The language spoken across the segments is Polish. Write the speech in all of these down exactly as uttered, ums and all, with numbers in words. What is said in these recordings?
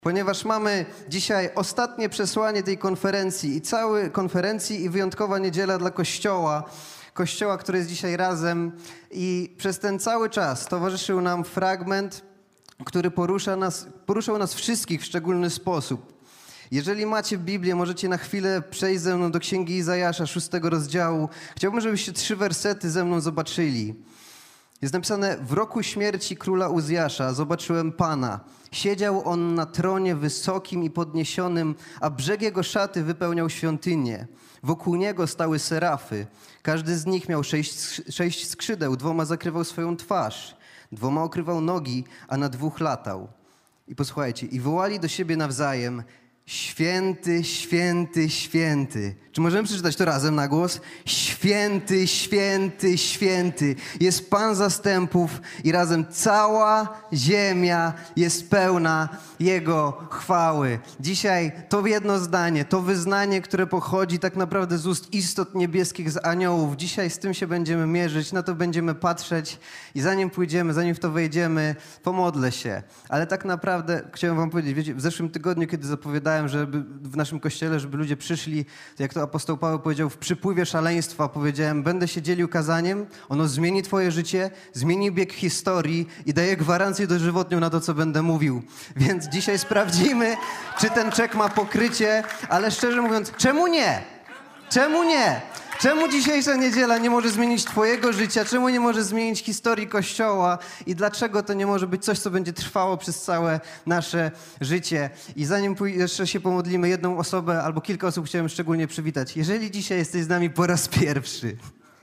Ponieważ mamy dzisiaj ostatnie przesłanie tej konferencji i całej konferencji i wyjątkowa niedziela dla Kościoła, Kościoła, który jest dzisiaj razem i przez ten cały czas towarzyszył nam fragment, który porusza nas, poruszał nas wszystkich w szczególny sposób. Jeżeli macie Biblię, możecie na chwilę przejść ze mną do Księgi Izajasza, szóstego rozdziału. Chciałbym, żebyście trzy wersety ze mną zobaczyli. Jest napisane: w roku śmierci króla Uzjasza zobaczyłem Pana. Siedział on na tronie wysokim i podniesionym, a brzeg jego szaty wypełniał świątynię. Wokół niego stały serafy. Każdy z nich miał sześć, sześć skrzydeł, dwoma zakrywał swoją twarz, dwoma okrywał nogi, a na dwóch latał. I posłuchajcie, i wołali do siebie nawzajem: święty, święty, święty. Czy możemy przeczytać to razem na głos? Święty, święty, święty. Jest Pan zastępów i razem cała ziemia jest pełna Jego chwały. Dzisiaj to jedno zdanie, to wyznanie, które pochodzi tak naprawdę z ust istot niebieskich, z aniołów. Dzisiaj z tym się będziemy mierzyć, na to będziemy patrzeć i zanim pójdziemy, zanim w to wejdziemy, pomodlę się. Ale tak naprawdę chciałem wam powiedzieć, wiecie, w zeszłym tygodniu, kiedy zapowiadałem, żeby w naszym kościele, żeby ludzie przyszli, jak to apostoł Paweł powiedział, w przypływie szaleństwa, powiedziałem: będę się dzielił kazaniem, ono zmieni twoje życie, zmieni bieg historii i daje gwarancję dożywotnią na to, co będę mówił. Więc dzisiaj sprawdzimy, czy ten czek ma pokrycie, ale szczerze mówiąc, czemu nie? Czemu nie? Czemu dzisiejsza niedziela nie może zmienić twojego życia? Czemu nie może zmienić historii Kościoła? I dlaczego to nie może być coś, co będzie trwało przez całe nasze życie? I zanim jeszcze się pomodlimy, jedną osobę albo kilka osób chciałem szczególnie przywitać. Jeżeli dzisiaj jesteś z nami po raz pierwszy,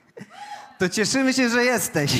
to cieszymy się, że jesteś.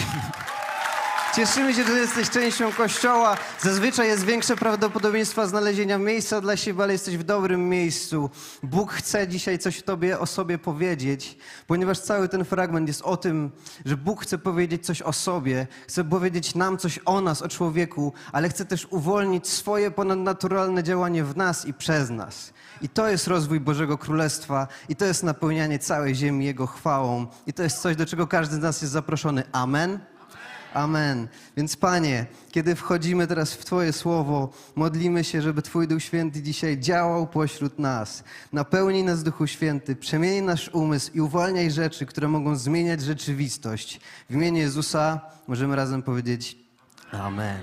Cieszymy się, że jesteś częścią Kościoła. Zazwyczaj jest większe prawdopodobieństwo znalezienia miejsca dla siebie, ale jesteś w dobrym miejscu. Bóg chce dzisiaj coś tobie, o sobie powiedzieć, ponieważ cały ten fragment jest o tym, że Bóg chce powiedzieć coś o sobie, chce powiedzieć nam coś o nas, o człowieku, ale chce też uwolnić swoje ponadnaturalne działanie w nas i przez nas. I to jest rozwój Bożego Królestwa i to jest napełnianie całej ziemi Jego chwałą. I to jest coś, do czego każdy z nas jest zaproszony. Amen? Amen. Więc Panie, kiedy wchodzimy teraz w Twoje Słowo, modlimy się, żeby Twój Duch Święty dzisiaj działał pośród nas. Napełnij nas, Duchu Święty, przemień nasz umysł i uwalniaj rzeczy, które mogą zmieniać rzeczywistość. W imieniu Jezusa możemy razem powiedzieć Amen.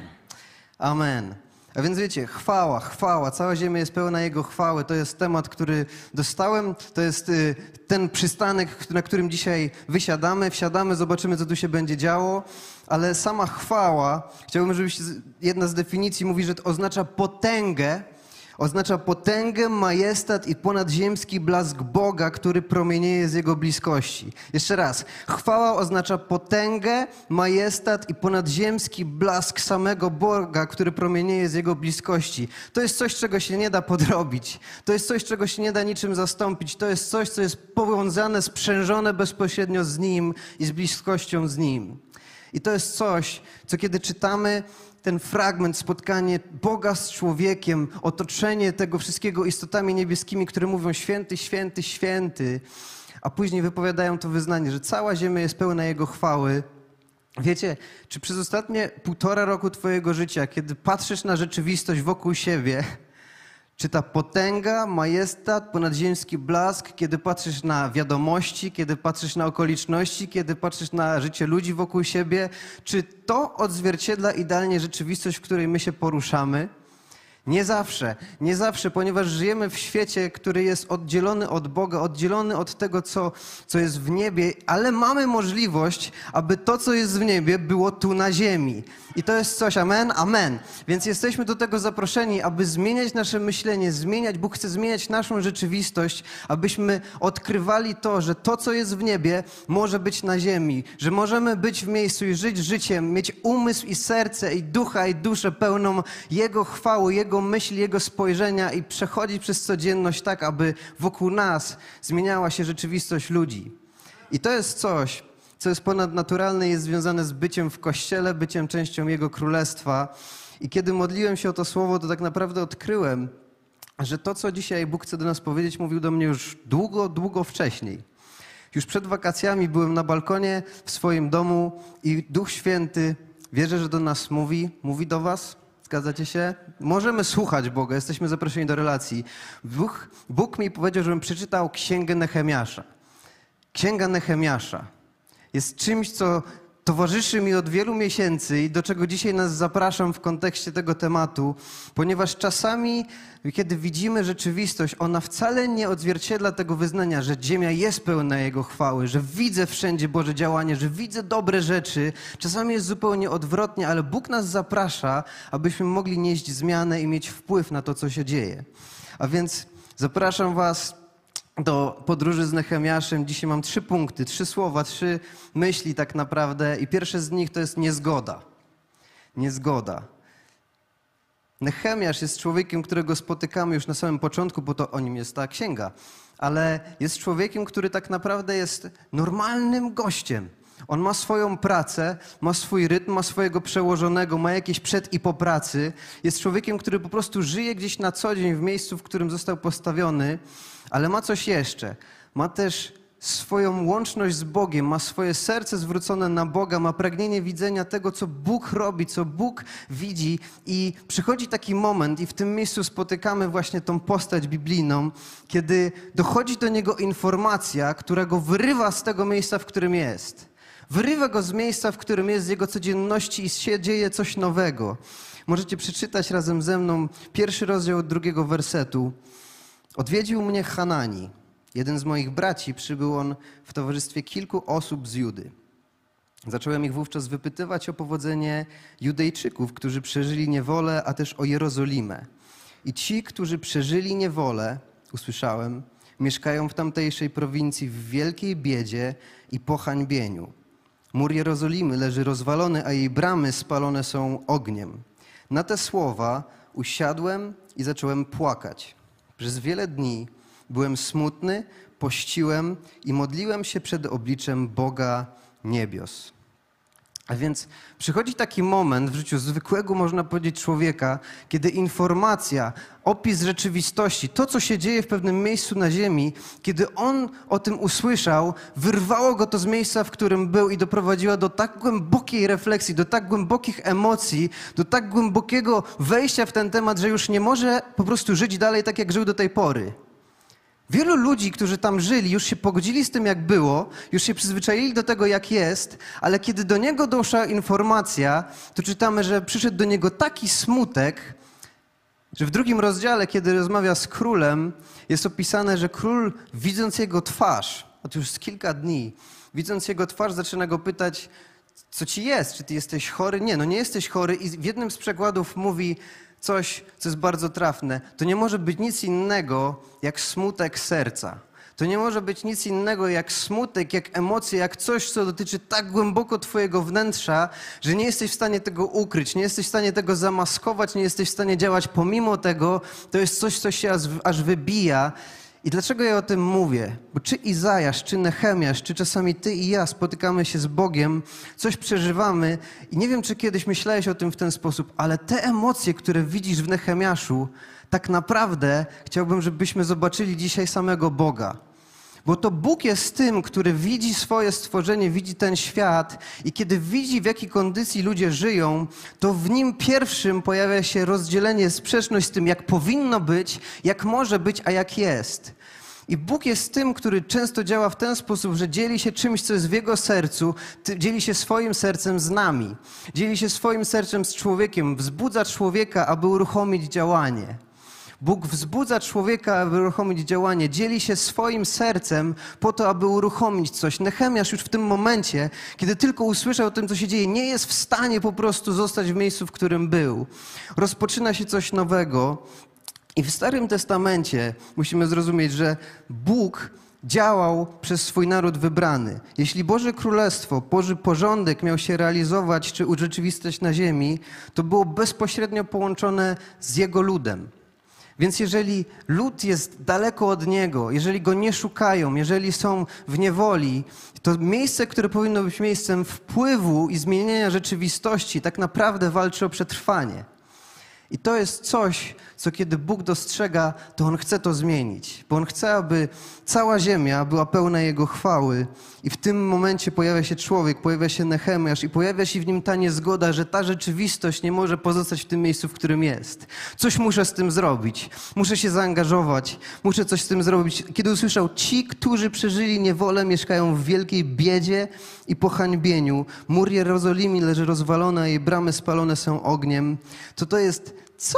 Amen. A więc wiecie, chwała, chwała, cała ziemia jest pełna Jego chwały. To jest temat, który dostałem, to jest y, ten przystanek, na którym dzisiaj wysiadamy, wsiadamy, zobaczymy, co tu się będzie działo. Ale sama chwała, chciałbym, żebyś, jedna z definicji mówi, że to oznacza potęgę, oznacza potęgę, majestat i ponadzziemski blask Boga, który promienieje z Jego bliskości. Jeszcze raz. Chwała oznacza potęgę, majestat i ponadzziemski blask samego Boga, który promienieje z Jego bliskości. To jest coś, czego się nie da podrobić. To jest coś, czego się nie da niczym zastąpić. To jest coś, co jest powiązane, sprzężone bezpośrednio z Nim i z bliskością z Nim. I to jest coś, co kiedy czytamy ten fragment, spotkanie Boga z człowiekiem, otoczenie tego wszystkiego istotami niebieskimi, które mówią święty, święty, święty, a później wypowiadają to wyznanie, że cała ziemia jest pełna Jego chwały. Wiecie, czy przez ostatnie półtora roku twojego życia, kiedy patrzysz na rzeczywistość wokół siebie, czy ta potęga, majestat, ponadzziemski blask, kiedy patrzysz na wiadomości, kiedy patrzysz na okoliczności, kiedy patrzysz na życie ludzi wokół siebie, czy to odzwierciedla idealnie rzeczywistość, w której my się poruszamy? Nie zawsze, nie zawsze, ponieważ żyjemy w świecie, który jest oddzielony od Boga, oddzielony od tego, co, co jest w niebie, ale mamy możliwość, aby to, co jest w niebie, było tu na ziemi. I to jest coś, amen, amen. Więc jesteśmy do tego zaproszeni, aby zmieniać nasze myślenie, zmieniać, Bóg chce zmieniać naszą rzeczywistość, abyśmy odkrywali to, że to, co jest w niebie, może być na ziemi, że możemy być w miejscu i żyć życiem, mieć umysł i serce i ducha i duszę pełną Jego chwały, Jego myśli, Jego spojrzenia i przechodzić przez codzienność tak, aby wokół nas zmieniała się rzeczywistość ludzi. I to jest coś, co jest ponadnaturalne, jest związane z byciem w Kościele, byciem częścią Jego Królestwa. I kiedy modliłem się o to słowo, to tak naprawdę odkryłem, że to, co dzisiaj Bóg chce do nas powiedzieć, mówił do mnie już długo, długo wcześniej. Już przed wakacjami byłem na balkonie w swoim domu i Duch Święty, wierzę, że do nas mówi, mówi do was, Zgadzacie się? Możemy słuchać Boga, jesteśmy zaproszeni do relacji. Bóg, Bóg mi powiedział, żebym przeczytał Księgę Nehemiasza. Księga Nehemiasza jest czymś, co towarzyszy mi od wielu miesięcy i do czego dzisiaj nas zapraszam w kontekście tego tematu, ponieważ czasami, kiedy widzimy rzeczywistość, ona wcale nie odzwierciedla tego wyznania, że ziemia jest pełna Jego chwały, że widzę wszędzie Boże działanie, że widzę dobre rzeczy. Czasami jest zupełnie odwrotnie, ale Bóg nas zaprasza, abyśmy mogli nieść zmianę i mieć wpływ na to, co się dzieje. A więc zapraszam was do podróży z Nehemiaszem. Dzisiaj mam trzy punkty, trzy słowa, trzy myśli tak naprawdę i pierwsze z nich to jest niezgoda. Niezgoda. Nehemiasz jest człowiekiem, którego spotykamy już na samym początku, bo to o nim jest ta księga, ale jest człowiekiem, który tak naprawdę jest normalnym gościem. On ma swoją pracę, ma swój rytm, ma swojego przełożonego, ma jakieś przed i po pracy. Jest człowiekiem, który po prostu żyje gdzieś na co dzień w miejscu, w którym został postawiony, ale ma coś jeszcze. Ma też swoją łączność z Bogiem, ma swoje serce zwrócone na Boga, ma pragnienie widzenia tego, co Bóg robi, co Bóg widzi i przychodzi taki moment i w tym miejscu spotykamy właśnie tą postać biblijną, kiedy dochodzi do niego informacja, która go wyrywa z tego miejsca, w którym jest. Wyrywa go z miejsca, w którym jest, z jego codzienności i się dzieje coś nowego. Możecie przeczytać razem ze mną pierwszy rozdział od drugiego wersetu. Odwiedził mnie Hanani, jeden z moich braci, przybył on w towarzystwie kilku osób z Judy. Zacząłem ich wówczas wypytywać o powodzenie Judejczyków, którzy przeżyli niewolę, a też o Jerozolimę. I ci, którzy przeżyli niewolę, usłyszałem, mieszkają w tamtejszej prowincji w wielkiej biedzie i pohańbieniu. Mur Jerozolimy leży rozwalony, a jej bramy spalone są ogniem. Na te słowa usiadłem i zacząłem płakać. Przez wiele dni byłem smutny, pościłem i modliłem się przed obliczem Boga niebios. A więc przychodzi taki moment w życiu zwykłego, można powiedzieć, człowieka, kiedy informacja, opis rzeczywistości, to, co się dzieje w pewnym miejscu na ziemi, kiedy on o tym usłyszał, wyrwało go to z miejsca, w którym był i doprowadziło do tak głębokiej refleksji, do tak głębokich emocji, do tak głębokiego wejścia w ten temat, że już nie może po prostu żyć dalej tak, jak żył do tej pory. Wielu ludzi, którzy tam żyli, już się pogodzili z tym, jak było, już się przyzwyczaili do tego, jak jest, ale kiedy do niego doszła informacja, to czytamy, że przyszedł do niego taki smutek, że w drugim rozdziale, kiedy rozmawia z królem, jest opisane, że król, widząc jego twarz, a to już z kilka dni, widząc jego twarz, zaczyna go pytać, co ci jest, czy ty jesteś chory? Nie, no nie jesteś chory i w jednym z przekładów mówi coś, co jest bardzo trafne. To nie może być nic innego jak smutek serca. To nie może być nic innego jak smutek, jak emocje, jak coś, co dotyczy tak głęboko twojego wnętrza, że nie jesteś w stanie tego ukryć, nie jesteś w stanie tego zamaskować, nie jesteś w stanie działać pomimo tego. To jest coś, co się aż, aż wybija. I dlaczego ja o tym mówię? Bo czy Izajasz, czy Nehemiasz, czy czasami ty i ja spotykamy się z Bogiem, coś przeżywamy i nie wiem, czy kiedyś myślałeś o tym w ten sposób, ale te emocje, które widzisz w Nehemiaszu, tak naprawdę chciałbym, żebyśmy zobaczyli dzisiaj samego Boga. Bo to Bóg jest tym, który widzi swoje stworzenie, widzi ten świat i kiedy widzi, w jakiej kondycji ludzie żyją, to w nim pierwszym pojawia się rozdzielenie, sprzeczność z tym, jak powinno być, jak może być, a jak jest. I Bóg jest tym, który często działa w ten sposób, że dzieli się czymś, co jest w Jego sercu, dzieli się swoim sercem z nami, dzieli się swoim sercem z człowiekiem, wzbudza człowieka, aby uruchomić działanie. Bóg wzbudza człowieka, aby uruchomić działanie, dzieli się swoim sercem po to, aby uruchomić coś. Nehemiasz już w tym momencie, kiedy tylko usłyszał o tym, co się dzieje, nie jest w stanie po prostu zostać w miejscu, w którym był. Rozpoczyna się coś nowego i w Starym Testamencie musimy zrozumieć, że Bóg działał przez swój naród wybrany. Jeśli Boże Królestwo, Boży porządek miał się realizować czy urzeczywistniać na ziemi, to było bezpośrednio połączone z Jego ludem. Więc jeżeli lud jest daleko od Niego, jeżeli Go nie szukają, jeżeli są w niewoli, to miejsce, które powinno być miejscem wpływu i zmienienia rzeczywistości, tak naprawdę walczy o przetrwanie. I to jest coś, co kiedy Bóg dostrzega, to On chce to zmienić. Bo On chce, aby cała ziemia była pełna Jego chwały. I w tym momencie pojawia się człowiek, pojawia się Nehemiasz i pojawia się w nim ta niezgoda, że ta rzeczywistość nie może pozostać w tym miejscu, w którym jest. Coś muszę z tym zrobić. Muszę się zaangażować. Muszę coś z tym zrobić. Kiedy usłyszał, ci, którzy przeżyli niewolę, mieszkają w wielkiej biedzie i pohańbieniu. Mur Jerozolimy leży rozwalony, a jej bramy spalone są ogniem. To to jest... Co?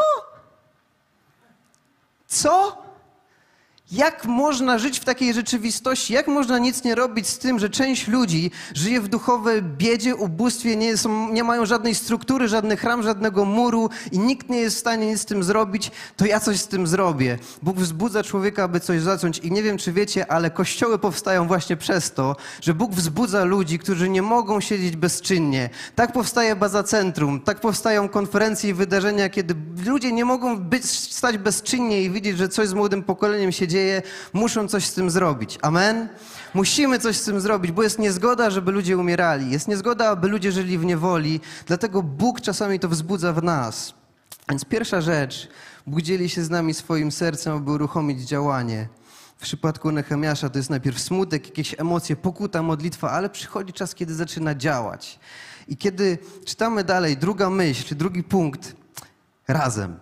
Co? Jak można żyć w takiej rzeczywistości? Jak można nic nie robić z tym, że część ludzi żyje w duchowej biedzie, ubóstwie, nie, są, nie mają żadnej struktury, żadnych ram, żadnego muru i nikt nie jest w stanie nic z tym zrobić, to ja coś z tym zrobię. Bóg wzbudza człowieka, aby coś zacząć i nie wiem, czy wiecie, ale kościoły powstają właśnie przez to, że Bóg wzbudza ludzi, którzy nie mogą siedzieć bezczynnie. Tak powstaje Baza Centrum, tak powstają konferencje i wydarzenia, kiedy ludzie nie mogą być, stać bezczynnie i widzieć, że coś z młodym pokoleniem się dzieje. Muszą coś z tym zrobić. Amen? Musimy coś z tym zrobić, bo jest niezgoda, żeby ludzie umierali. Jest niezgoda, aby ludzie żyli w niewoli. Dlatego Bóg czasami to wzbudza w nas. Więc pierwsza rzecz, Bóg dzieli się z nami swoim sercem, aby uruchomić działanie. W przypadku Nehemiasza to jest najpierw smutek, jakieś emocje, pokuta, modlitwa, ale przychodzi czas, kiedy zaczyna działać. I kiedy czytamy dalej, druga myśl, drugi punkt, razem.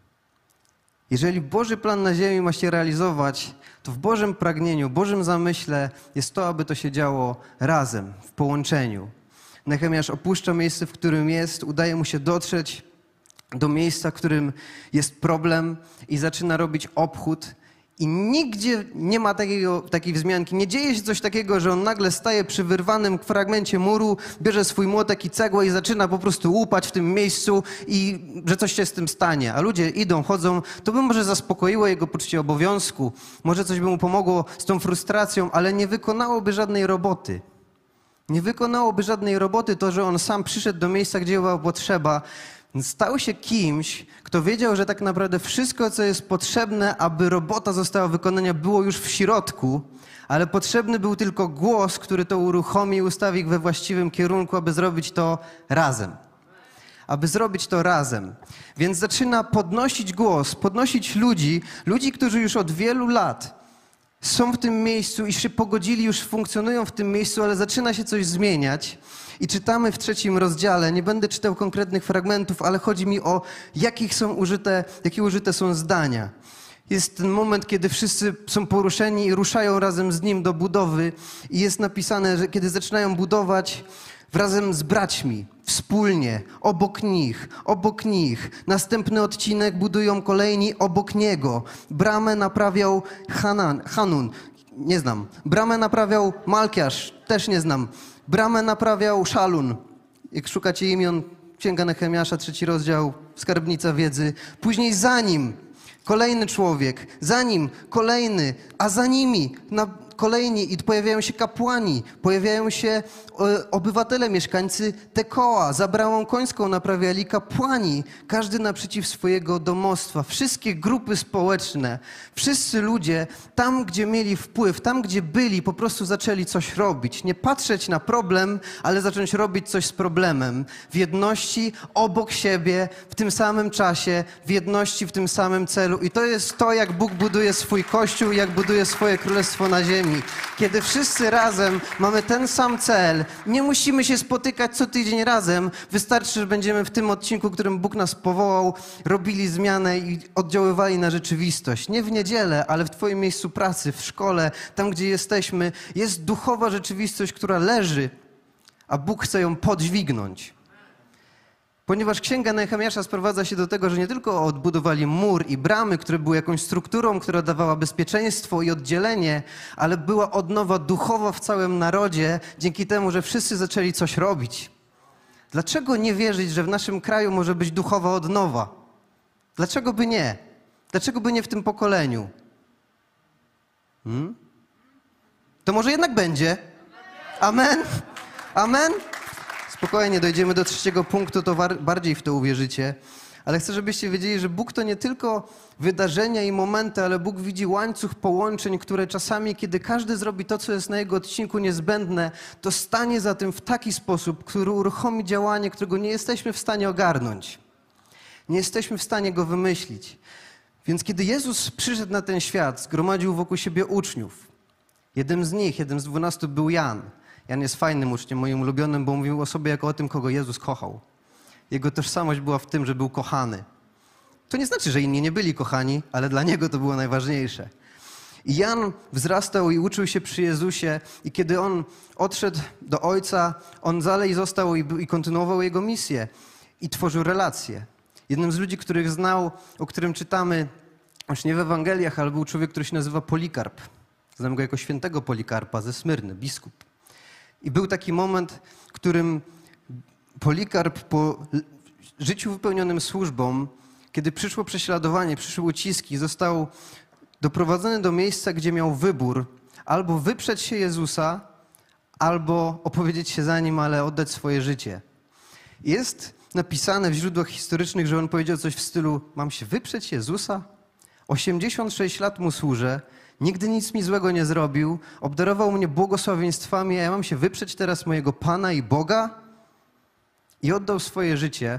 Jeżeli Boży plan na ziemi ma się realizować, to w Bożym pragnieniu, Bożym zamyśle jest to, aby to się działo razem, w połączeniu. Nehemiasz opuszcza miejsce, w którym jest, udaje mu się dotrzeć do miejsca, w którym jest problem i zaczyna robić obchód. I nigdzie nie ma takiego, takiej wzmianki. Nie dzieje się coś takiego, że on nagle staje przy wyrwanym fragmencie muru, bierze swój młotek i cegłę i zaczyna po prostu łupać w tym miejscu i że coś się z tym stanie. A ludzie idą, chodzą. To by może zaspokoiło jego poczucie obowiązku. Może coś by mu pomogło z tą frustracją, ale nie wykonałoby żadnej roboty. Nie wykonałoby żadnej roboty to, że on sam przyszedł do miejsca, gdzie była potrzeba. Stał się kimś, kto wiedział, że tak naprawdę wszystko, co jest potrzebne, aby robota została wykonana, było już w środku, ale potrzebny był tylko głos, który to uruchomi i ustawi ich we właściwym kierunku, aby zrobić to razem. Aby zrobić to razem. Więc zaczyna podnosić głos, podnosić ludzi, ludzi, którzy już od wielu lat są w tym miejscu i się pogodzili, już funkcjonują w tym miejscu, ale zaczyna się coś zmieniać. I czytamy w trzecim rozdziale, nie będę czytał konkretnych fragmentów, ale chodzi mi o jakich są użyte, jakie użyte są zdania. Jest ten moment, kiedy wszyscy są poruszeni i ruszają razem z nim do budowy i jest napisane, że kiedy zaczynają budować razem z braćmi, wspólnie, obok nich, obok nich. Następny odcinek budują kolejni obok niego. Bramę naprawiał Hanan, Hanun, nie znam. Bramę naprawiał Malkiasz, też nie znam. Bramę naprawiał Szalun. Jak szukacie imion, Księga Nehemiasza, trzeci rozdział, skarbnica wiedzy. Później za nim kolejny człowiek, za nim kolejny, a za nimi na kolejni i pojawiają się kapłani, pojawiają się e, obywatele, mieszkańcy Tekoa. Za bramą końską naprawiali kapłani, każdy naprzeciw swojego domostwa. Wszystkie grupy społeczne, wszyscy ludzie tam, gdzie mieli wpływ, tam, gdzie byli, po prostu zaczęli coś robić. Nie patrzeć na problem, ale zacząć robić coś z problemem. W jedności, obok siebie, w tym samym czasie, w jedności, w tym samym celu. I to jest to, jak Bóg buduje swój Kościół, jak buduje swoje królestwo na ziemi. Kiedy wszyscy razem mamy ten sam cel, nie musimy się spotykać co tydzień razem. Wystarczy, że będziemy w tym odcinku, którym Bóg nas powołał, robili zmianę i oddziaływali na rzeczywistość. Nie w niedzielę, ale w twoim miejscu pracy, w szkole, tam gdzie jesteśmy, jest duchowa rzeczywistość, która leży, a Bóg chce ją podźwignąć. Ponieważ Księga Nehemiasza sprowadza się do tego, że nie tylko odbudowali mur i bramy, które były jakąś strukturą, która dawała bezpieczeństwo i oddzielenie, ale była odnowa duchowa w całym narodzie dzięki temu, że wszyscy zaczęli coś robić. Dlaczego nie wierzyć, że w naszym kraju może być duchowa odnowa? Dlaczego by nie? Dlaczego by nie w tym pokoleniu? Hmm? To może jednak będzie. Amen? Amen? Spokojnie, dojdziemy do trzeciego punktu, to bardziej w to uwierzycie. Ale chcę, żebyście wiedzieli, że Bóg to nie tylko wydarzenia i momenty, ale Bóg widzi łańcuch połączeń, które czasami, kiedy każdy zrobi to, co jest na jego odcinku niezbędne, to stanie za tym w taki sposób, który uruchomi działanie, którego nie jesteśmy w stanie ogarnąć. Nie jesteśmy w stanie go wymyślić. Więc kiedy Jezus przyszedł na ten świat, zgromadził wokół siebie uczniów. Jednym z nich, jednym z dwunastu był Jan. Jan jest fajnym uczniem, moim ulubionym, bo mówił o sobie jako o tym, kogo Jezus kochał. Jego tożsamość była w tym, że był kochany. To nie znaczy, że inni nie byli kochani, ale dla niego to było najważniejsze. I Jan wzrastał i uczył się przy Jezusie i kiedy on odszedł do Ojca, on dalej został i, i kontynuował jego misję i tworzył relacje. Jednym z ludzi, których znał, o którym czytamy, już nie w Ewangeliach, ale był człowiek, który się nazywa Polikarp. Znam go jako świętego Polikarpa ze Smyrny, biskup. I był taki moment, w którym Polikarp po życiu wypełnionym służbą, kiedy przyszło prześladowanie, przyszły uciski, został doprowadzony do miejsca, gdzie miał wybór albo wyprzeć się Jezusa, albo opowiedzieć się za Nim, ale oddać swoje życie. Jest napisane w źródłach historycznych, że on powiedział coś w stylu: mam się wyprzeć Jezusa? osiemdziesiąt sześć lat Mu służę, nigdy nic mi złego nie zrobił, obdarował mnie błogosławieństwami, a ja mam się wyprzeć teraz mojego Pana i Boga? I oddał swoje życie,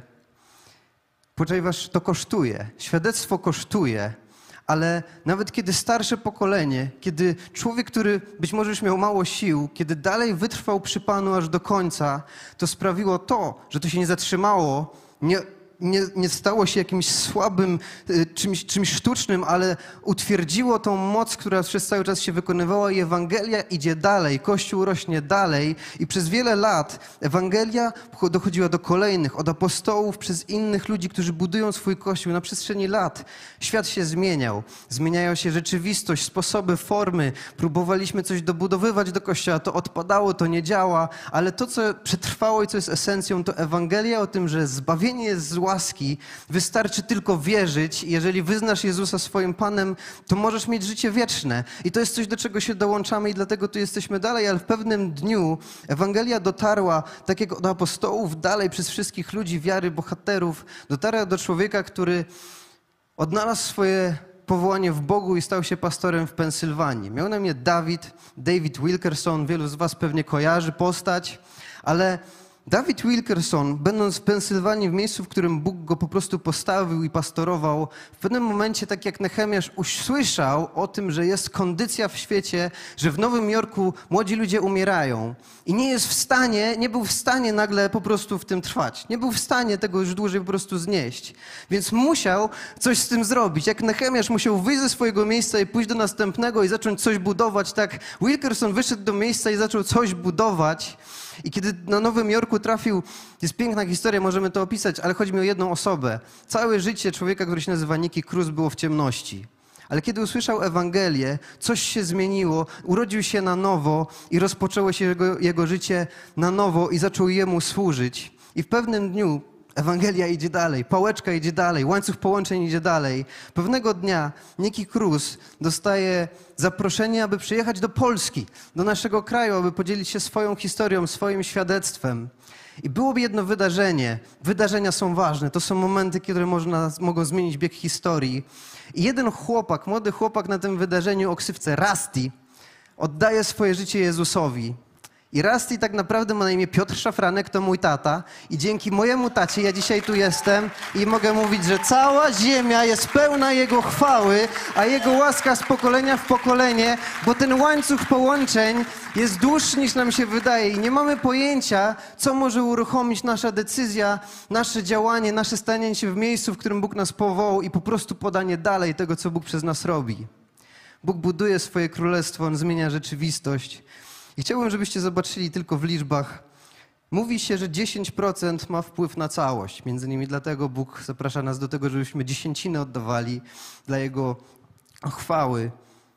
ponieważ to kosztuje, świadectwo kosztuje, ale nawet kiedy starsze pokolenie, kiedy człowiek, który być może już miał mało sił, kiedy dalej wytrwał przy Panu aż do końca, to sprawiło to, że to się nie zatrzymało, nie, nie, nie stało się jakimś słabym, czymś, czymś sztucznym, ale utwierdziło tą moc, która przez cały czas się wykonywała i Ewangelia idzie dalej, Kościół rośnie dalej i przez wiele lat Ewangelia dochodziła do kolejnych, od apostołów, przez innych ludzi, którzy budują swój Kościół na przestrzeni lat. Świat się zmieniał, zmieniała się rzeczywistość, sposoby, formy. Próbowaliśmy coś dobudowywać do Kościoła, to odpadało, to nie działa, ale to, co przetrwało i co jest esencją, to Ewangelia o tym, że zbawienie jest z łaski, wystarczy tylko wierzyć. Jeżeli wyznasz Jezusa swoim Panem, to możesz mieć życie wieczne. I to jest coś, do czego się dołączamy i dlatego tu jesteśmy dalej, ale w pewnym dniu Ewangelia dotarła, tak jak do apostołów, dalej przez wszystkich ludzi wiary, bohaterów, dotarła do człowieka, który odnalazł swoje powołanie w Bogu i stał się pastorem w Pensylwanii. Miał na imię David, David Wilkerson, wielu z was pewnie kojarzy postać, ale David Wilkerson, będąc w Pensylwanii, w miejscu, w którym Bóg go po prostu postawił i pastorował, w pewnym momencie, tak jak Nehemiasz, usłyszał o tym, że jest kondycja w świecie, że w Nowym Jorku młodzi ludzie umierają i nie jest w stanie, nie był w stanie nagle po prostu w tym trwać. Nie był w stanie tego już dłużej po prostu znieść. Więc musiał coś z tym zrobić. Jak Nehemiasz musiał wyjść ze swojego miejsca i pójść do następnego i zacząć coś budować, tak Wilkerson wyszedł do miejsca i zaczął coś budować. I kiedy na Nowym Jorku trafił, jest piękna historia, możemy to opisać, ale chodzi mi o jedną osobę. Całe życie człowieka, który się nazywa Nicky Cruz, było w ciemności. Ale kiedy usłyszał Ewangelię, coś się zmieniło, urodził się na nowo i rozpoczęło się jego, jego życie na nowo i zaczął Jemu służyć. I w pewnym dniu Ewangelia idzie dalej, pałeczka idzie dalej, łańcuch połączeń idzie dalej. Pewnego dnia Nicky Cruz dostaje zaproszenie, aby przyjechać do Polski, do naszego kraju, aby podzielić się swoją historią, swoim świadectwem. I byłoby jedno wydarzenie. Wydarzenia są ważne. To są momenty, które można, mogą zmienić bieg historii. I jeden chłopak, młody chłopak na tym wydarzeniu o ksywce Rusty oddaje swoje życie Jezusowi. I Rusty tak naprawdę ma na imię Piotr Szafranek, to mój tata. I dzięki mojemu tacie ja dzisiaj tu jestem i mogę mówić, że cała ziemia jest pełna Jego chwały, a Jego łaska z pokolenia w pokolenie, bo ten łańcuch połączeń jest dłuższy niż nam się wydaje i nie mamy pojęcia, co może uruchomić nasza decyzja, nasze działanie, nasze stanie się w miejscu, w którym Bóg nas powołał i po prostu podanie dalej tego, co Bóg przez nas robi. Bóg buduje swoje królestwo, On zmienia rzeczywistość. I chciałbym, żebyście zobaczyli tylko w liczbach. Mówi się, że dziesięć procent ma wpływ na całość. Między innymi dlatego Bóg zaprasza nas do tego, żebyśmy dziesięciny oddawali dla Jego chwały.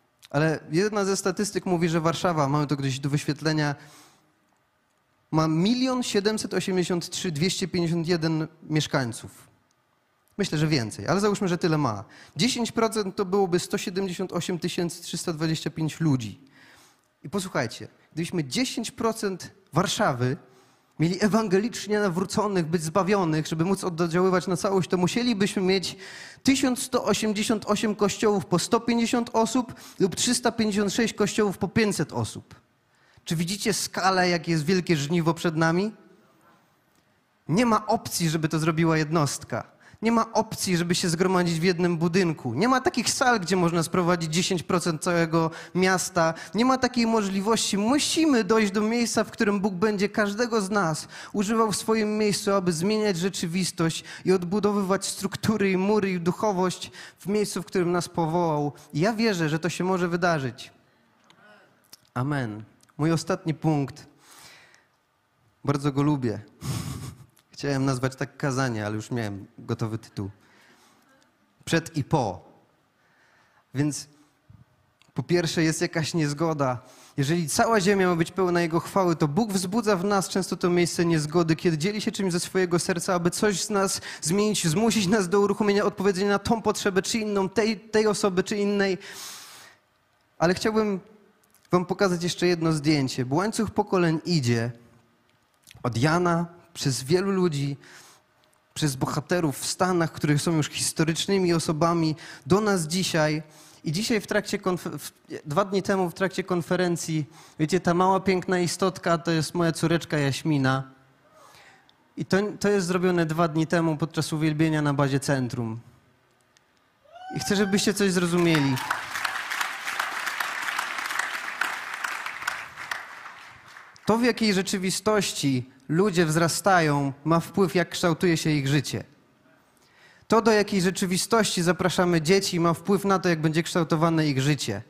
Ale jedna ze statystyk mówi, że Warszawa, mamy to gdzieś do wyświetlenia, ma milion siedemset osiemdziesiąt trzy tysiące dwieście pięćdziesiąt jeden mieszkańców. Myślę, że więcej, ale załóżmy, że tyle ma. dziesięć procent to byłoby sto siedemdziesiąt osiem tysięcy trzysta dwadzieścia pięć ludzi. I posłuchajcie, gdybyśmy dziesięć procent Warszawy mieli ewangelicznie nawróconych, być zbawionych, żeby móc oddziaływać na całość, to musielibyśmy mieć tysiąc sto osiemdziesiąt osiem kościołów po sto pięćdziesiąt osób lub trzysta pięćdziesiąt sześć kościołów po pięćset osób. Czy widzicie skalę, jakie jest wielkie żniwo przed nami? Nie ma opcji, żeby to zrobiła jednostka. Nie ma opcji, żeby się zgromadzić w jednym budynku. Nie ma takich sal, gdzie można sprowadzić dziesięć procent całego miasta. Nie ma takiej możliwości. Musimy dojść do miejsca, w którym Bóg będzie każdego z nas używał w swoim miejscu, aby zmieniać rzeczywistość i odbudowywać struktury i mury i duchowość w miejscu, w którym nas powołał. I ja wierzę, że to się może wydarzyć. Amen. Mój ostatni punkt. Bardzo go lubię. Chciałem nazwać tak kazanie, ale już miałem gotowy tytuł. Przed i po. Więc po pierwsze jest jakaś niezgoda. Jeżeli cała ziemia ma być pełna Jego chwały, to Bóg wzbudza w nas często to miejsce niezgody, kiedy dzieli się czymś ze swojego serca, aby coś z nas zmienić, zmusić nas do uruchomienia odpowiedzenia na tą potrzebę, czy inną, tej, tej osoby, czy innej. Ale chciałbym wam pokazać jeszcze jedno zdjęcie, bo łańcuch pokoleń idzie od Jana, przez wielu ludzi, przez bohaterów w Stanach, których są już historycznymi osobami, do nas dzisiaj. I dzisiaj w trakcie, konfer- dwa dni temu w trakcie konferencji, wiecie, ta mała, piękna istotka to jest moja córeczka Jaśmina. I to, to jest zrobione dwa dni temu podczas uwielbienia na bazie centrum. I chcę, żebyście coś zrozumieli. To, w jakiej rzeczywistości ludzie wzrastają, ma wpływ, jak kształtuje się ich życie. To, do jakiej rzeczywistości zapraszamy dzieci, ma wpływ na to, jak będzie kształtowane ich życie.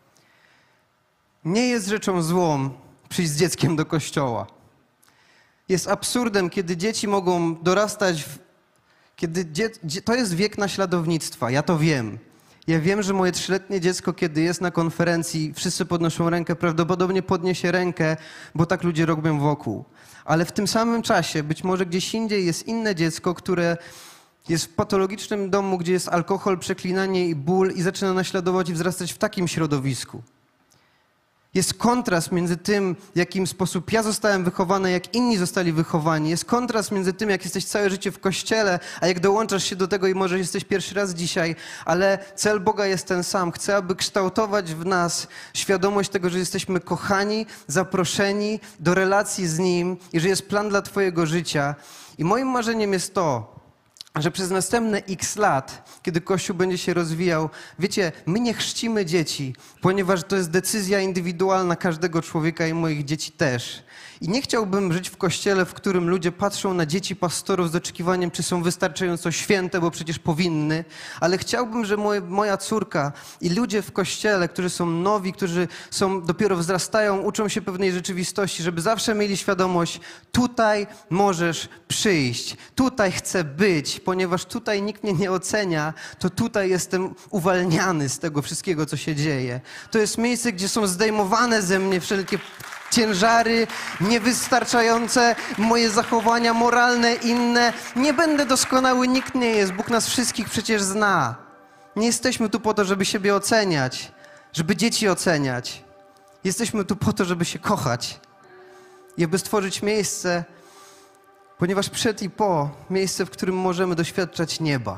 Nie jest rzeczą złą przyjść z dzieckiem do kościoła. Jest absurdem, kiedy dzieci mogą dorastać, w... kiedy dzie... to jest wiek naśladownictwa, ja to wiem. Ja wiem, że moje trzyletnie dziecko, kiedy jest na konferencji, wszyscy podnoszą rękę, prawdopodobnie podniesie rękę, bo tak ludzie robią wokół. Ale w tym samym czasie, być może gdzieś indziej jest inne dziecko, które jest w patologicznym domu, gdzie jest alkohol, przeklinanie i ból i zaczyna naśladować i wzrastać w takim środowisku. Jest kontrast między tym, w jakim sposób ja zostałem wychowany, jak inni zostali wychowani. Jest kontrast między tym, jak jesteś całe życie w kościele, a jak dołączasz się do tego i może jesteś pierwszy raz dzisiaj. Ale cel Boga jest ten sam. Chce, aby kształtować w nas świadomość tego, że jesteśmy kochani, zaproszeni do relacji z Nim i że jest plan dla twojego życia. I moim marzeniem jest to, że przez następne x lat, kiedy Kościół będzie się rozwijał, wiecie, my nie chrzcimy dzieci, ponieważ to jest decyzja indywidualna każdego człowieka i moich dzieci też. I nie chciałbym żyć w kościele, w którym ludzie patrzą na dzieci pastorów z oczekiwaniem, czy są wystarczająco święte, bo przecież powinny, ale chciałbym, że moje, moja córka i ludzie w kościele, którzy są nowi, którzy są, dopiero wzrastają, uczą się pewnej rzeczywistości, żeby zawsze mieli świadomość, tutaj możesz przyjść, tutaj chcę być, ponieważ tutaj nikt mnie nie ocenia, to tutaj jestem uwalniany z tego wszystkiego, co się dzieje. To jest miejsce, gdzie są zdejmowane ze mnie wszelkie ciężary, niewystarczające, moje zachowania moralne, inne. Nie będę doskonały, nikt nie jest. Bóg nas wszystkich przecież zna. Nie jesteśmy tu po to, żeby siebie oceniać, żeby dzieci oceniać. Jesteśmy tu po to, żeby się kochać i aby stworzyć miejsce, ponieważ przed i po, miejsce, w którym możemy doświadczać nieba.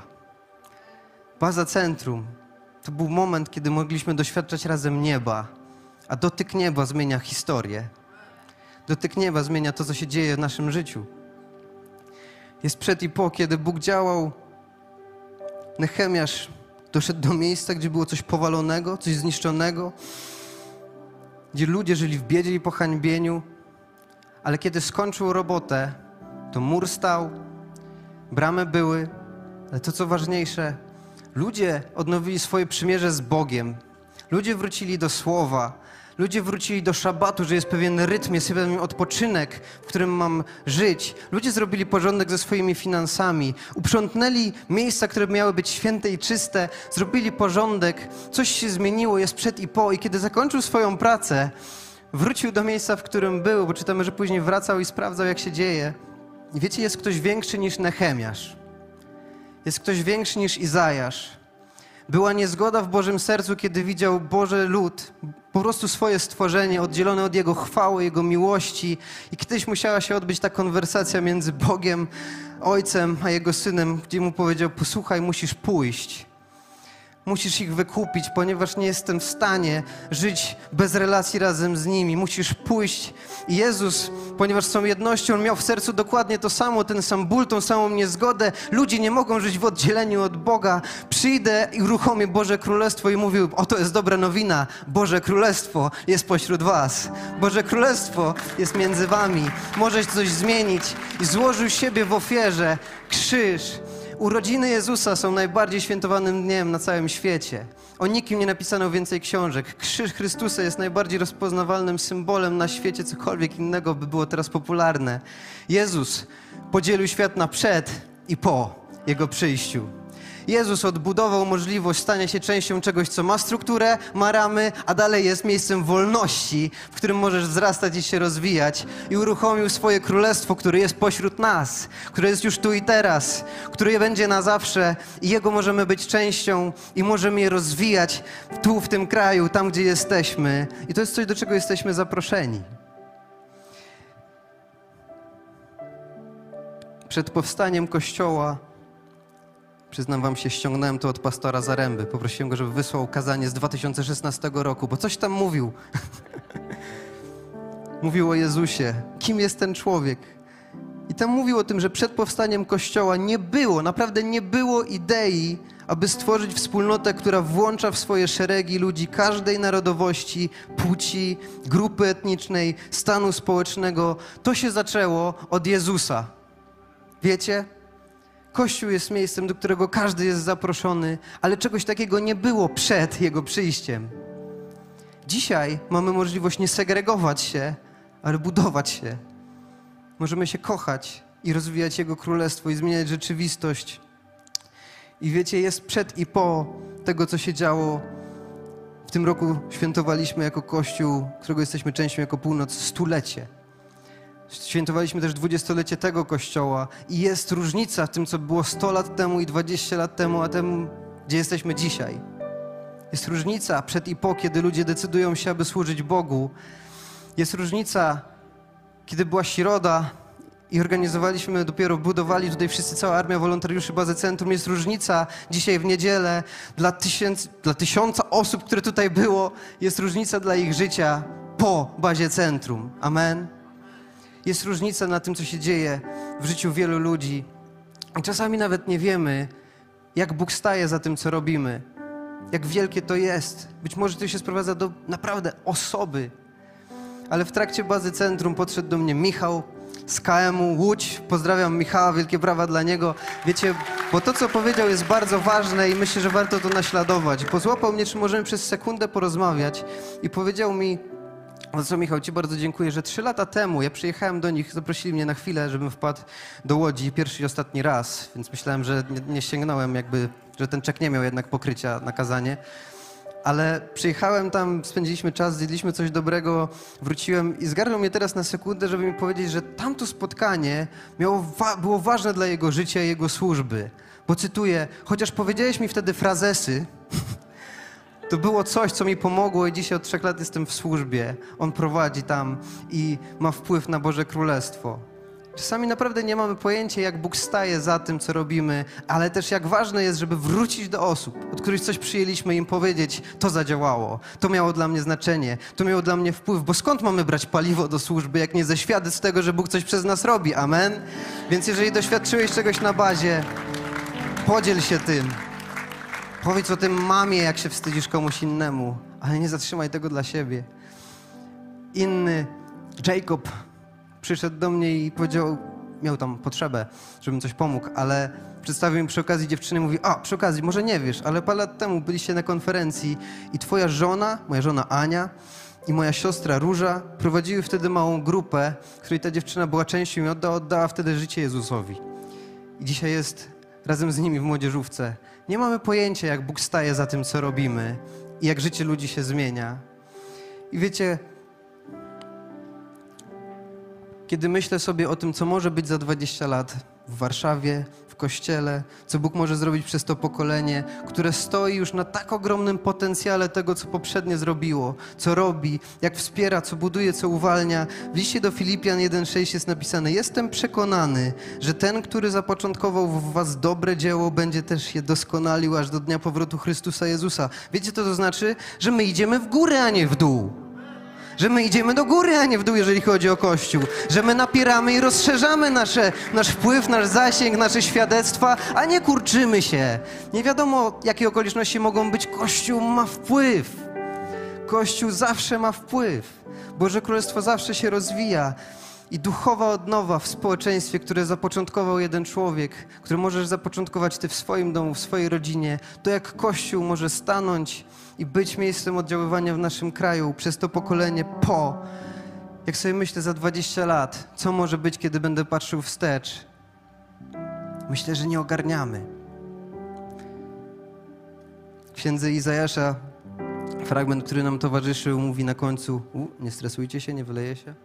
Baza Centrum to był moment, kiedy mogliśmy doświadczać razem nieba. A dotyk nieba zmienia historię. Dotyk nieba zmienia to, co się dzieje w naszym życiu. Jest przed i po, kiedy Bóg działał. Nehemiasz doszedł do miejsca, gdzie było coś powalonego, coś zniszczonego, gdzie ludzie żyli w biedzie i pohańbieniu. Ale kiedy skończył robotę, to mur stał, bramy były, ale to, co ważniejsze, ludzie odnowili swoje przymierze z Bogiem. Ludzie wrócili do Słowa. Ludzie wrócili do szabatu, że jest pewien rytm, jest pewien odpoczynek, w którym mam żyć. Ludzie zrobili porządek ze swoimi finansami. Uprzątnęli miejsca, które miały być święte i czyste. Zrobili porządek. Coś się zmieniło, jest przed i po. I kiedy zakończył swoją pracę, wrócił do miejsca, w którym był, bo czytamy, że później wracał i sprawdzał, jak się dzieje. I wiecie, jest ktoś większy niż Nehemiasz. Jest ktoś większy niż Izajasz. Była niezgoda w Bożym sercu, kiedy widział Boży lud, po prostu swoje stworzenie, oddzielone od Jego chwały, Jego miłości. I kiedyś musiała się odbyć ta konwersacja między Bogiem, Ojcem, a Jego Synem, gdzie Mu powiedział, posłuchaj, musisz pójść. Musisz ich wykupić, ponieważ nie jestem w stanie żyć bez relacji razem z nimi. Musisz pójść. I Jezus, ponieważ są jednością, On miał w sercu dokładnie to samo, ten sam ból, tą samą niezgodę. Ludzie nie mogą żyć w oddzieleniu od Boga. Przyjdę i uruchomię Boże Królestwo i mówił, oto jest dobra nowina. Boże Królestwo jest pośród was. Boże Królestwo jest między wami. Możesz coś zmienić. I złożył siebie w ofierze. Krzyż. Urodziny Jezusa są najbardziej świętowanym dniem na całym świecie. O nikim nie napisano więcej książek. Krzyż Chrystusa jest najbardziej rozpoznawalnym symbolem na świecie, cokolwiek innego by było teraz popularne. Jezus podzielił świat na przed i po Jego przyjściu. Jezus odbudował możliwość stania się częścią czegoś, co ma strukturę, ma ramy, a dalej jest miejscem wolności, w którym możesz wzrastać i się rozwijać. I uruchomił swoje królestwo, które jest pośród nas, które jest już tu i teraz, które będzie na zawsze i Jego możemy być częścią i możemy je rozwijać tu, w tym kraju, tam, gdzie jesteśmy. I to jest coś, do czego jesteśmy zaproszeni. Przed powstaniem Kościoła, przyznam wam się, ściągnąłem to od pastora Zaręby. Poprosiłem go, żeby wysłał kazanie z dwa tysiące szesnastego roku, bo coś tam mówił. Mówił o Jezusie. Kim jest ten człowiek? I tam mówił o tym, że przed powstaniem Kościoła nie było, naprawdę nie było idei, aby stworzyć wspólnotę, która włącza w swoje szeregi ludzi każdej narodowości, płci, grupy etnicznej, stanu społecznego. To się zaczęło od Jezusa. Wiecie? Kościół jest miejscem, do którego każdy jest zaproszony, ale czegoś takiego nie było przed Jego przyjściem. Dzisiaj mamy możliwość nie segregować się, ale budować się. Możemy się kochać i rozwijać Jego królestwo i zmieniać rzeczywistość. I wiecie, jest przed i po tego, co się działo. W tym roku świętowaliśmy jako Kościół, którego jesteśmy częścią, jako Północ, stulecie. Świętowaliśmy też dwudziestolecie tego Kościoła i jest różnica w tym, co było sto lat temu i dwadzieścia lat temu, a tym, gdzie jesteśmy dzisiaj. Jest różnica przed i po, kiedy ludzie decydują się, aby służyć Bogu. Jest różnica, kiedy była środa i organizowaliśmy, dopiero budowali tutaj wszyscy, cała armia wolontariuszy Bazy Centrum. Jest różnica dzisiaj w niedzielę dla, tysięcy, dla tysiąca osób, które tutaj było. Jest różnica dla ich życia po Bazie Centrum. Amen. Jest różnica na tym, co się dzieje w życiu wielu ludzi. I czasami nawet nie wiemy, jak Bóg staje za tym, co robimy. Jak wielkie to jest. Być może to się sprowadza do naprawdę osoby. Ale w trakcie Bazy Centrum podszedł do mnie Michał z K M-u Łódź. Pozdrawiam Michała, wielkie brawa dla niego. Wiecie, bo to, co powiedział, jest bardzo ważne i myślę, że warto to naśladować. Pozłapał mnie, czy możemy przez sekundę porozmawiać i powiedział mi, no co, Michał, ci bardzo dziękuję, że trzy lata temu ja przyjechałem do nich, zaprosili mnie na chwilę, żebym wpadł do Łodzi pierwszy i ostatni raz, więc myślałem, że nie, nie sięgnąłem jakby, że ten czek nie miał jednak pokrycia na kazanie. Ale przyjechałem tam, spędziliśmy czas, zjedliśmy coś dobrego, wróciłem i zgarnął mnie teraz na sekundę, żeby mi powiedzieć, że tamto spotkanie miało wa- było ważne dla jego życia i jego służby. Bo cytuję, chociaż powiedziałeś mi wtedy frazesy, to było coś, co mi pomogło i dzisiaj od trzech lat jestem w służbie. On prowadzi tam i ma wpływ na Boże Królestwo. Czasami naprawdę nie mamy pojęcia, jak Bóg staje za tym, co robimy, ale też jak ważne jest, żeby wrócić do osób, od których coś przyjęliśmy i im powiedzieć, to zadziałało, to miało dla mnie znaczenie, to miało dla mnie wpływ, bo skąd mamy brać paliwo do służby, jak nie ze świadectw tego, że Bóg coś przez nas robi, amen? Więc jeżeli doświadczyłeś czegoś na bazie, podziel się tym. Powiedz o tym mamie, jak się wstydzisz komuś innemu, ale nie zatrzymaj tego dla siebie. Inny, Jacob, przyszedł do mnie i powiedział, miał tam potrzebę, żebym coś pomógł, ale przedstawił mi przy okazji dziewczyny, mówi, a przy okazji, może nie wiesz, ale parę lat temu byliście na konferencji i twoja żona, moja żona Ania i moja siostra Róża prowadziły wtedy małą grupę, której ta dziewczyna była częścią i oddała, oddała wtedy życie Jezusowi. I dzisiaj jest razem z nimi w młodzieżówce. Nie mamy pojęcia, jak Bóg staje za tym, co robimy i jak życie ludzi się zmienia. I wiecie, kiedy myślę sobie o tym, co może być za dwadzieścia lat w Warszawie, w w Kościele, co Bóg może zrobić przez to pokolenie, które stoi już na tak ogromnym potencjale tego, co poprzednie zrobiło, co robi, jak wspiera, co buduje, co uwalnia. W liście do Filipian jeden sześć jest napisane: jestem przekonany, że ten, który zapoczątkował w was dobre dzieło, będzie też je doskonalił aż do dnia powrotu Chrystusa Jezusa. Wiecie, co to znaczy? Że my idziemy w górę, a nie w dół. Że my idziemy do góry, a nie w dół, jeżeli chodzi o Kościół. Że my napieramy i rozszerzamy nasze, nasz wpływ, nasz zasięg, nasze świadectwa, a nie kurczymy się. Nie wiadomo, jakie okoliczności mogą być. Kościół ma wpływ. Kościół zawsze ma wpływ. Boże Królestwo zawsze się rozwija. I duchowa odnowa w społeczeństwie, które zapoczątkował jeden człowiek, który możesz zapoczątkować ty w swoim domu, w swojej rodzinie, to jak Kościół może stanąć i być miejscem oddziaływania w naszym kraju przez to pokolenie po. Jak sobie myślę za dwadzieścia lat, co może być, kiedy będę patrzył wstecz? Myślę, że nie ogarniamy. W księdze Izajasza fragment, który nam towarzyszył, mówi na końcu: u, nie stresujcie się, nie wyleje się.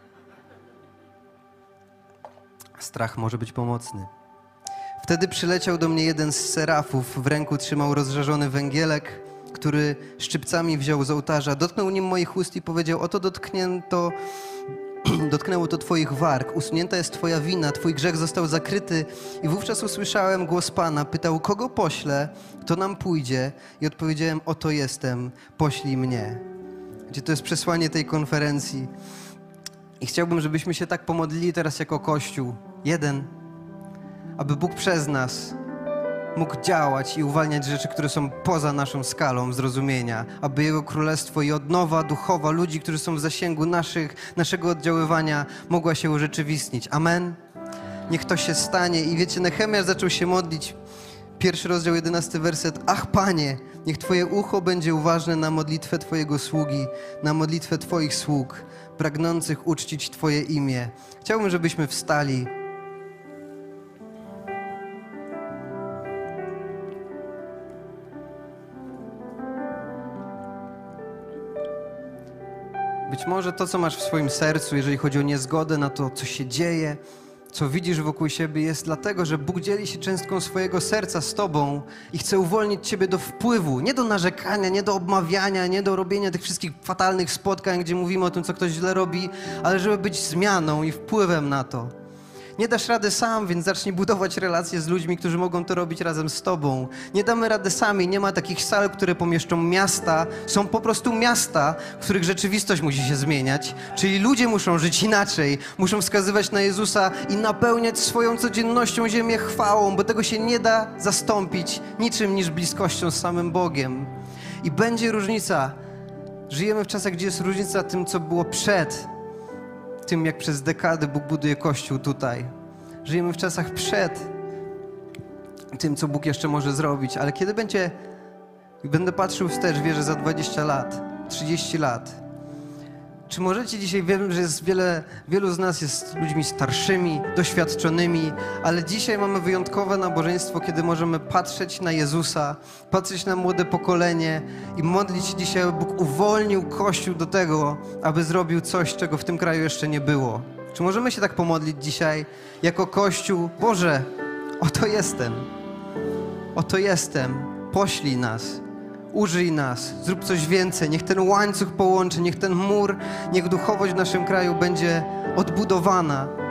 Strach może być pomocny. Wtedy przyleciał do mnie jeden z serafów, w ręku trzymał rozżarzony węgielek, który szczypcami wziął z ołtarza, dotknął nim moich ust i powiedział: oto dotknięto, dotknęło to twoich warg, usunięta jest twoja wina, twój grzech został zakryty. I wówczas usłyszałem głos Pana, pytał: kogo poślę, kto nam pójdzie? I odpowiedziałem: oto jestem, poślij mnie. Gdzie to jest przesłanie tej konferencji. I chciałbym, żebyśmy się tak pomodlili teraz jako Kościół. Jeden, aby Bóg przez nas mógł działać i uwalniać rzeczy, które są poza naszą skalą zrozumienia, aby Jego Królestwo i odnowa duchowa ludzi, którzy są w zasięgu naszych, naszego oddziaływania, mogła się urzeczywistnić. Amen? Niech to się stanie. I wiecie, Nehemiasz zaczął się modlić. Pierwszy rozdział, jedenasty werset. Ach, Panie, niech Twoje ucho będzie uważne na modlitwę Twojego sługi, na modlitwę Twoich sług, pragnących uczcić Twoje imię. Chciałbym, żebyśmy wstali. Być może to, co masz w swoim sercu, jeżeli chodzi o niezgodę na to, co się dzieje, co widzisz wokół siebie, jest dlatego, że Bóg dzieli się cząstką swojego serca z Tobą i chce uwolnić Ciebie do wpływu, nie do narzekania, nie do obmawiania, nie do robienia tych wszystkich fatalnych spotkań, gdzie mówimy o tym, co ktoś źle robi, ale żeby być zmianą i wpływem na to. Nie dasz rady sam, więc zacznij budować relacje z ludźmi, którzy mogą to robić razem z Tobą. Nie damy rady sami, nie ma takich sal, które pomieszczą miasta. Są po prostu miasta, w których rzeczywistość musi się zmieniać. Czyli ludzie muszą żyć inaczej, muszą wskazywać na Jezusa i napełniać swoją codziennością ziemię chwałą, bo tego się nie da zastąpić niczym niż bliskością z samym Bogiem. I będzie różnica. Żyjemy w czasach, gdzie jest różnica tym, co było przed tym, jak przez dekady Bóg buduje Kościół tutaj. Żyjemy w czasach przed tym, co Bóg jeszcze może zrobić. Ale kiedy będzie, będę patrzył wstecz, wierzę, za dwadzieścia lat, trzydzieści lat. Czy możecie dzisiaj, wiem, że jest wiele, wielu z nas jest ludźmi starszymi, doświadczonymi, ale dzisiaj mamy wyjątkowe nabożeństwo, kiedy możemy patrzeć na Jezusa, patrzeć na młode pokolenie i modlić się dzisiaj, aby Bóg uwolnił Kościół do tego, aby zrobił coś, czego w tym kraju jeszcze nie było. Czy możemy się tak pomodlić dzisiaj jako Kościół? Boże, oto jestem, oto jestem, poślij nas. Użyj nas, zrób coś więcej, niech ten łańcuch połączy, niech ten mur, niech duchowość w naszym kraju będzie odbudowana.